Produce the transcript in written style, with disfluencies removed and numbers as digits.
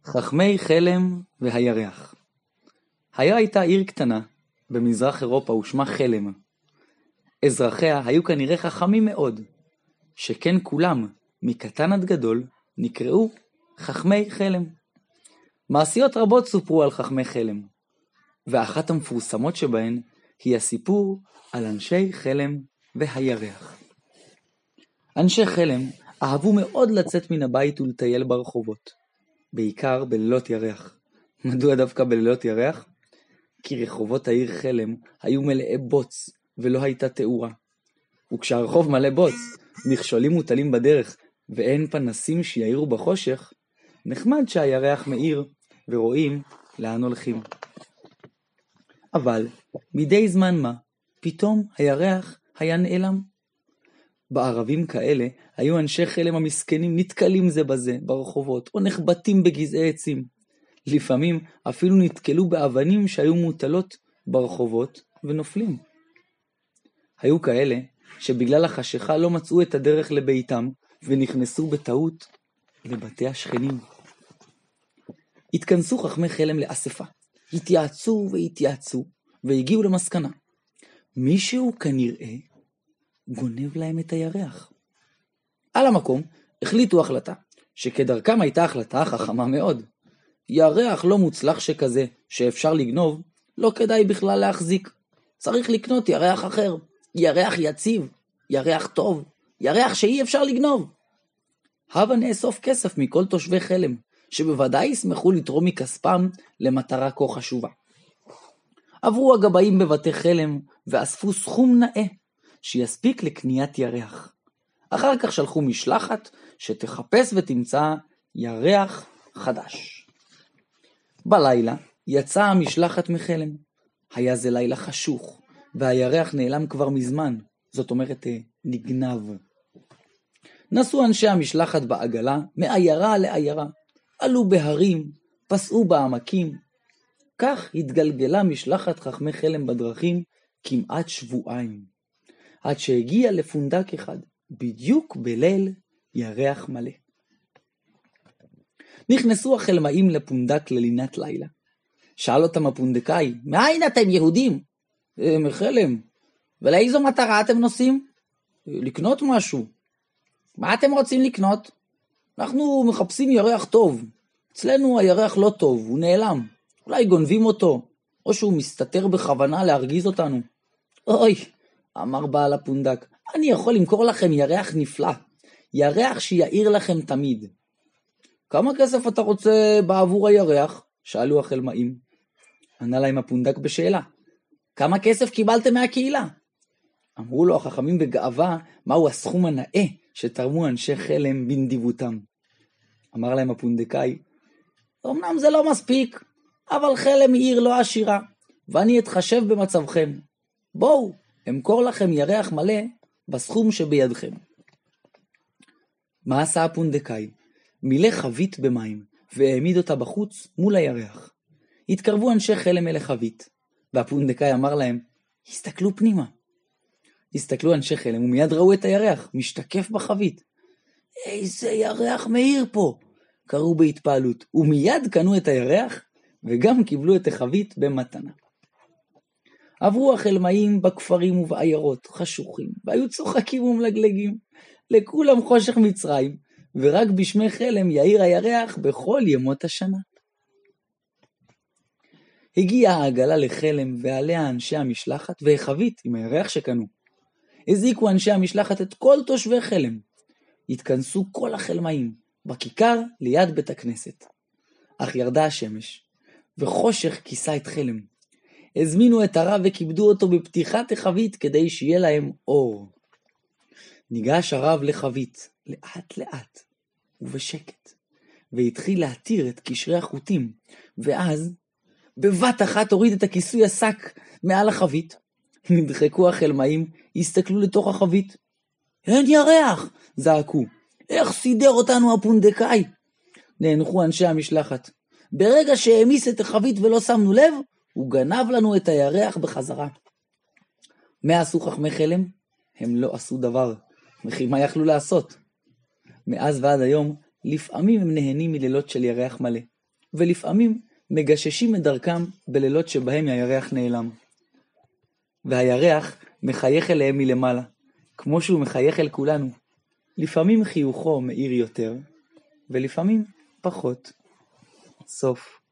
חכמי חלם והירח. הייתה עיר קטנה במזרח אירופה ושמה חלם. אזרחיה היו כנראה חכמים מאוד, שכן כולם, מקטן עד גדול, נקראו חכמי חלם. מעשיות רבות סופרו על חכמי חלם, ואחת המפורסמות שבהן היא הסיפור על אנשי חלם והירח. אנשי חלם אהבו מאוד לצאת מן הבית ולטייל ברחובות, בעיקר בלילות ירח. מדוע דווקא בלילות ירח? כי רחובות העיר חלם היו מלאי בוץ ולא הייתה תאורה. וכשהרחוב מלא בוץ, מכשולים מוטלים בדרך ואין פנסים שיעירו בחושך, נחמד שהירח מאיר ורואים לאן הולכים. אבל מדי זמן מה, פתאום הירח היה נעלם. בערבים כאלה היו אנשי חלם המסכנים נתקלים זה בזה ברחובות או נחבטים בגזעי עצים. לפעמים אפילו נתקלו באבנים שהיו מוטלות ברחובות ונופלים. היו כאלה שבגלל החשיכה לא מצאו את הדרך לביתם ונכנסו בטעות לבתי השכנים. התכנסו חכמי חלם לאספה, התייעצו והגיעו למסקנה. מישהו כנראה גונב להם את הירח. על המקום החליטו החלטה, שכדרכם הייתה החלטה חכמה מאוד. ירח לא מוצלח שכזה שאפשר לגנוב, לא כדאי בכלל להחזיק. צריך לקנות ירח אחר, ירח יציב, ירח טוב, ירח שאי אפשר לגנוב. הבה נאסוף כסף מכל תושבי חלם, שבוודאי ישמחו לתרום מכספם למטרה כה חשובה. עברו הגבאים בבתי חלם ואספו סכום נאה, שיספיק לקניית ירח. אחר כך שלחו משלחת שתחפש ותמצא ירח חדש. בלילה יצאה המשלחת מחלם. היה זה לילה חשוך, והירח נעלם כבר מזמן, זאת אומרת נגנב. נסו אנשי המשלחת בעגלה מעיירה לעיירה, עלו בהרים, פסעו בעמקים. כך התגלגלה משלחת חכמי חלם בדרכים כמעט שבועיים. עד שהגיע לפונדק אחד, בדיוק בליל ירח מלא. נכנסו החלמאים לפונדק ללינת לילה. שאל אותם הפונדקאי, מאין אתם יהודים? מחלם. ולאיזו מטרה אתם נוסעים? לקנות משהו. מה אתם רוצים לקנות? אנחנו מחפשים ירח טוב. אצלנו הירח לא טוב, הוא נעלם. אולי גונבים אותו, או שהוא מסתתר בכוונה להרגיז אותנו. אוי, אמר בעל הפונדק, אני יכול למכור לכם ירח נפלא, ירח שיעיר לכם תמיד. כמה כסף אתה רוצה בעבור הירח? שאלו החלמאים. ענה להם הפונדק בשאלה, כמה כסף קיבלתם מהקהילה? אמרו לו החכמים בגאווה, מהו הסכום הנאה שתרמו אנשי חלם בנדיבותם. אמר להם הפונדקאי, אמנם זה לא מספיק, אבל חלם היא עיר לא עשירה, ואני אתחשב במצבכם. בואו, אמכור לכם ירח מלא בסכום שבידכם. מה עשה הפונדקאי? מילא חבית במים והעמיד אותה בחוץ מול הירח. התקרבו אנשי חלם אל החבית, והפונדקאי אמר להם, הסתכלו פנימה. הסתכלו אנשי חלם ומיד ראו את הירח משתקף בחבית. איזה ירח מאיר פה, קראו בהתפעלות, ומיד קנו את הירח וגם קיבלו את החבית במתנה. עברו החלמאים בכפרים ובעיירות חשוכים, והיו צוחקים ומלגלגים. לכולם חושך מצרים, ורק בשמי חלם יאיר הירח בכל ימות השנה. הגיעה העגלה לחלם, ועליה אנשי המשלחת והחבית עם הירח שקנו. הזיקו אנשי המשלחת את כל תושבי חלם. התכנסו כל החלמאים, בכיכר ליד בית הכנסת. אך ירדה השמש, וחושך כיסה את חלם. הזמינו את הרב וכיבדו אותו בפתיחת החבית כדי שיהיה להם אור. ניגש הרב לחבית, לאט לאט ובשקט, והתחיל להתיר את קשרי החוטים, ואז בבת אחת הוריד את הכיסוי השק מעל החבית. נדחקו החלמאים, הסתכלו לתוך החבית. אין ירח, זעקו. איך סידר אותנו הפונדקאי? נאנחו אנשי המשלחת. ברגע שהמיס את החבית ולא שמנו לב, הוא גנב לנו את הירח בחזרה. מה עשו חכמי חלם? הם לא עשו דבר, וכי מה יכלו לעשות? מאז ועד היום, לפעמים הם נהנים מלילות של ירח מלא, ולפעמים מגששים את דרכם בלילות שבהם הירח נעלם. והירח מחייך אליהם מלמעלה, כמו שהוא מחייך אל כולנו. לפעמים חיוכו מאיר יותר, ולפעמים פחות. סוף.